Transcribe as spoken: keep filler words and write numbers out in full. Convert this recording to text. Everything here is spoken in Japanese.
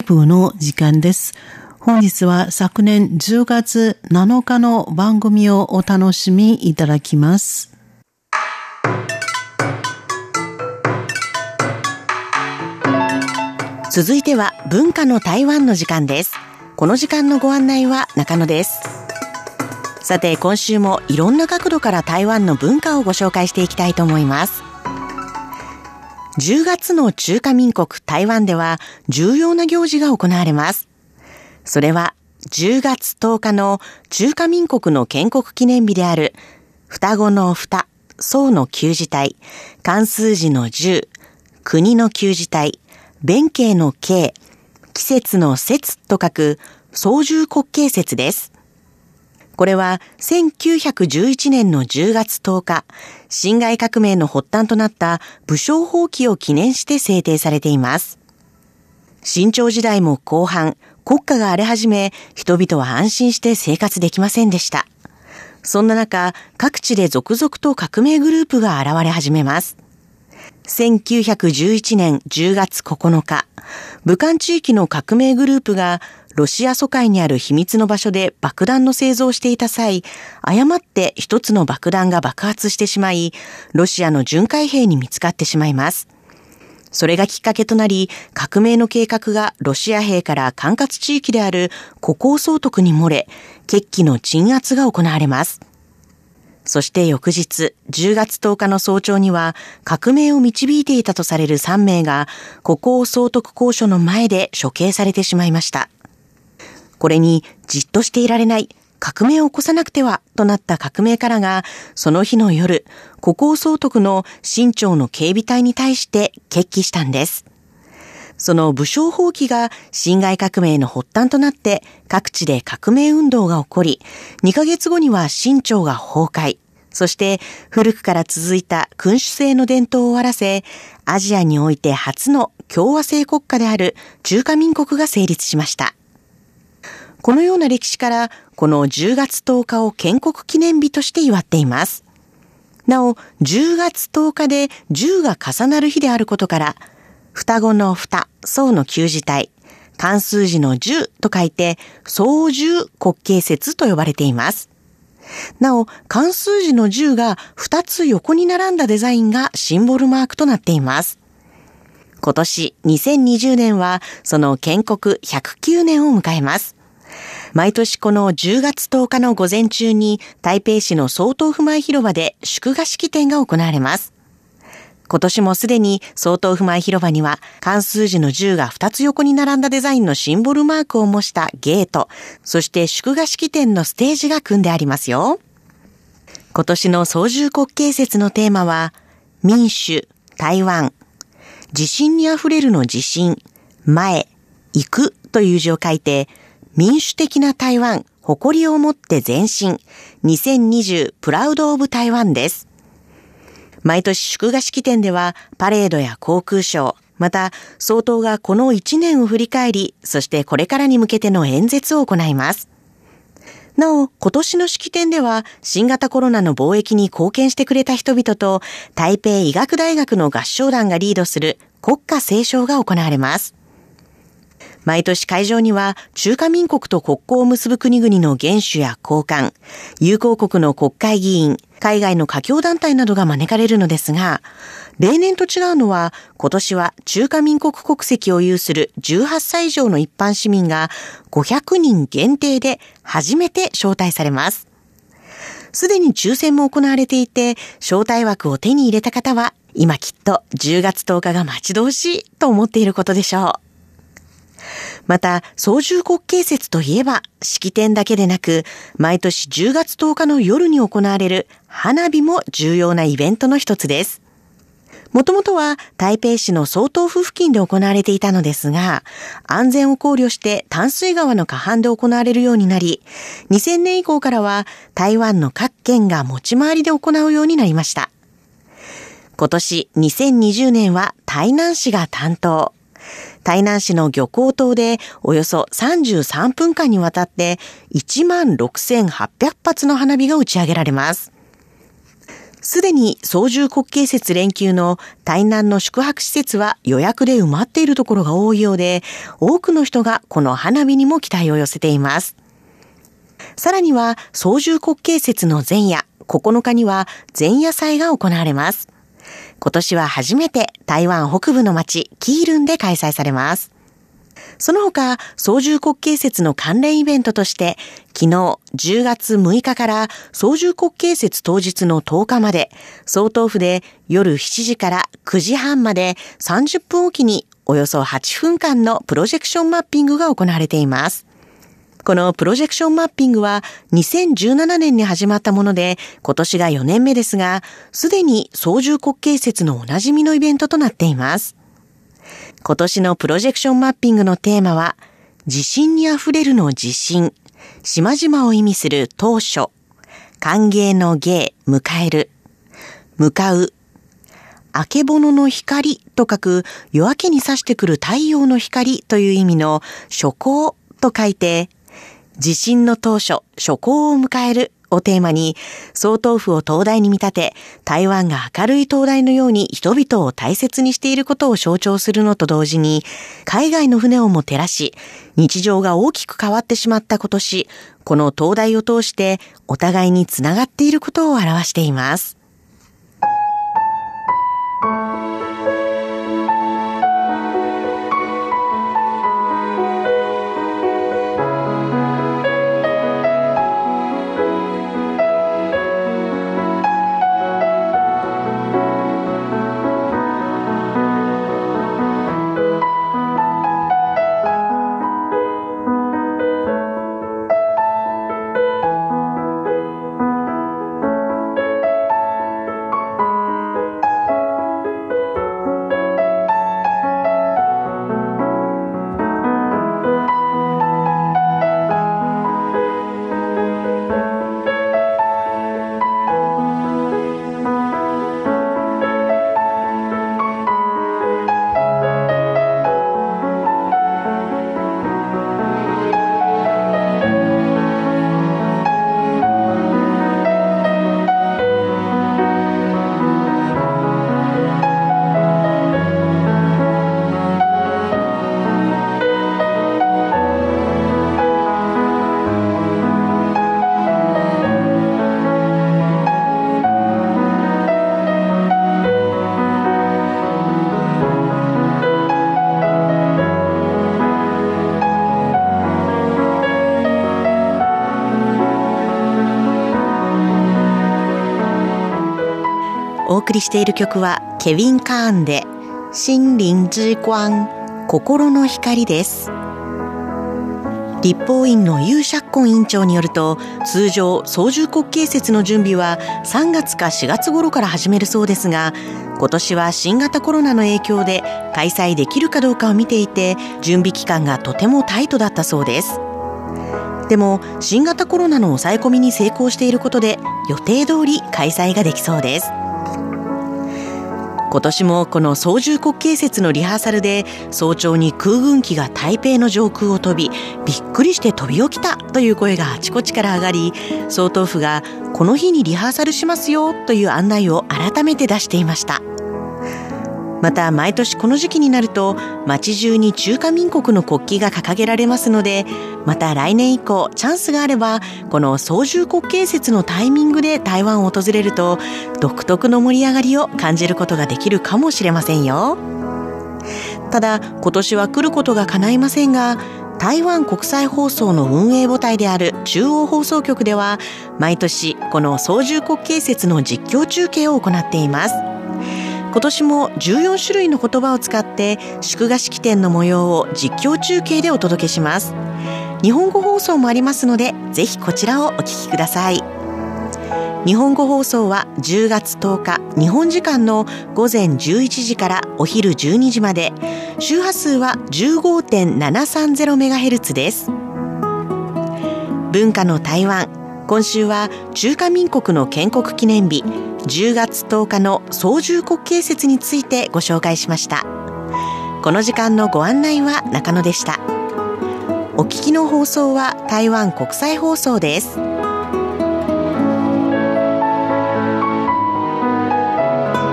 部の時間です。本日は昨年じゅうがつなのかの番組をお楽しみいただきます。 続いては文化の台湾の時間です。この時間のご案内は中野です。さて、今週もいろんな角度から台湾の文化をご紹介していきたいと思います。じゅうがつの中華民国台湾では重要な行事が行われます。それはじゅうがつとおかの中華民国の建国記念日である双子の双、宋の旧字体、漢数字の十、国の旧字体、弁慶の慶、季節の節と書く双十国慶節です。これはせんきゅうひゃくじゅういちねんのじゅうがつとおか、辛亥革命の発端となった武昌蜂起を記念して制定されています。清朝時代も後半、国家が荒れ始め、人々は安心して生活できませんでした。そんな中、各地で続々と革命グループが現れ始めます。せんきゅうひゃくじゅういちねんじゅうがつここのか、武漢地域の革命グループがロシア疎開にある秘密の場所で爆弾の製造をしていた際、誤って一つの爆弾が爆発してしまい、ロシアの巡回兵に見つかってしまいます。それがきっかけとなり、革命の計画がロシア兵から管轄地域である湖口総督に漏れ、決起の鎮圧が行われます。そして翌日、じゅうがつとおかの早朝には、革命を導いていたとされるさんめいが、湖口総督公所の前で処刑されてしまいました。これに、じっとしていられない、革命を起こさなくては、となった革命家らが、その日の夜、湖口総督の清朝の警備隊に対して決起したんです。その武昌蜂起が辛亥革命の発端となって各地で革命運動が起こり、にかげつごには清朝が崩壊、そして古くから続いた君主制の伝統を終わらせ、アジアにおいて初の共和制国家である中華民国が成立しました。このような歴史から、このじゅうがつとおかを建国記念日として祝っています。なお、じゅうがつとおかでじゅうが重なる日であることから、双子の双、宋の旧字体、漢数字の十と書いて、双十国慶節と呼ばれています。なお、漢数字の十が二つ横に並んだデザインがシンボルマークとなっています。今年にせんにじゅうねんは、その建国ひゃくきゅうねんを迎えます。毎年このじゅうがつとおかの午前中に、台北市の総統府前広場で祝賀式典が行われます。今年もすでに総統府前広場には漢数字の十が二つ横に並んだデザインのシンボルマークを模したゲート、そして祝賀式典のステージが組んでありますよ。今年の双十国慶節のテーマは、民主、台湾、自信にあふれるの自信、前、行くという字を書いて、民主的な台湾、誇りを持って前進、にせんにじゅうプラウドオブ台湾です。毎年祝賀式典ではパレードや航空ショー、また総統がこのいちねんを振り返り、そしてこれからに向けての演説を行います。なお、今年の式典では新型コロナの防疫に貢献してくれた人々と台北医学大学の合唱団がリードする国歌斉唱が行われます。毎年会場には中華民国と国交を結ぶ国々の元首や高官、友好国の国会議員、海外の華僑団体などが招かれるのですが、例年と違うのは今年は中華民国国籍を有するじゅうはっさい以上の一般市民がごひゃくにん限定で初めて招待されます。すでに抽選も行われていて、招待枠を手に入れた方は今きっとじゅうがつとおかが待ち遠しいと思っていることでしょう。また、双十国慶節といえば、式典だけでなく、毎年じゅうがつとおかの夜に行われる花火も重要なイベントの一つです。もともとは台北市の総統府付近で行われていたのですが、安全を考慮して淡水川の河畔で行われるようになり、にせんねん以降からは台湾の各県が持ち回りで行うようになりました。今年にせんにじゅうねんは台南市が担当。台南市の漁港島でおよそさんじゅうさんぷんかんにわたっていちまんろくせんはっぴゃくぱつの花火が打ち上げられます。 すでに双十国慶節連休の台南の宿泊施設は予約で埋まっているところが多いようで、多くの人がこの花火にも期待を寄せています。さらには双十国慶節の前夜、ここのかには前夜祭が行われます。今年は初めて台湾北部の町キールンで開催されます。その他、双十国慶節の関連イベントとして、昨日じゅうがつむいかから双十国慶節当日のとおかまで、総統府で夜しちじからくじはんまでさんじゅっぷんおきにおよそはっぷんかんのプロジェクションマッピングが行われています。このプロジェクションマッピングはにせんじゅうななねんに始まったもので、今年がよねんめですが、すでに双十国慶節のおなじみのイベントとなっています。今年のプロジェクションマッピングのテーマは、地震にあふれるの地震、島々を意味する当初、歓迎の迎、迎える、向かう、あけぼのの光と書く夜明けに差してくる太陽の光という意味の初光と書いて、地震の当初、初光を迎えるをテーマに、総統府を灯台に見立て、台湾が明るい灯台のように人々を大切にしていることを象徴するのと同時に、海外の船をも照らし、日常が大きく変わってしまった今年、この灯台を通してお互いにつながっていることを表しています。お送りしている曲はケビン・カーンで心靈之光、心の光です。立法院のユー・シャッコン院長によると、通常双十国慶節の準備はさんがつかしがつ頃から始めるそうですが、今年は新型コロナの影響で開催できるかどうかを見ていて、準備期間がとてもタイトだったそうです。でも新型コロナの抑え込みに成功していることで、予定通り開催ができそうです。今年もこの双十国慶節のリハーサルで、早朝に空軍機が台北の上空を飛び、びっくりして飛び起きたという声があちこちから上がり、総統府がこの日にリハーサルしますよという案内を改めて出していました。また毎年この時期になると、街中に中華民国の国旗が掲げられますので、また来年以降チャンスがあれば、この双十国慶節のタイミングで台湾を訪れると、独特の盛り上がりを感じることができるかもしれませんよ。ただ今年は来ることが叶いませんが、台湾国際放送の運営母体である中央放送局では、毎年この双十国慶節の実況中継を行っています。今年もじゅうよんしゅるいの言葉を使って祝賀式典の模様を実況中継でお届けします。日本語放送もありますので、ぜひこちらをお聞きください。日本語放送はじゅうがつとおか、日本時間のごぜんじゅういちじからお昼じゅうにじまで、周波数は じゅうごてんななさんゼロメガヘルツ です。文化の台湾、今週は中華民国の建国記念日じゅうがつとおかの双十国慶節についてご紹介しました。この時間のご案内は中野でした。お聞きの放送は台湾国際放送です。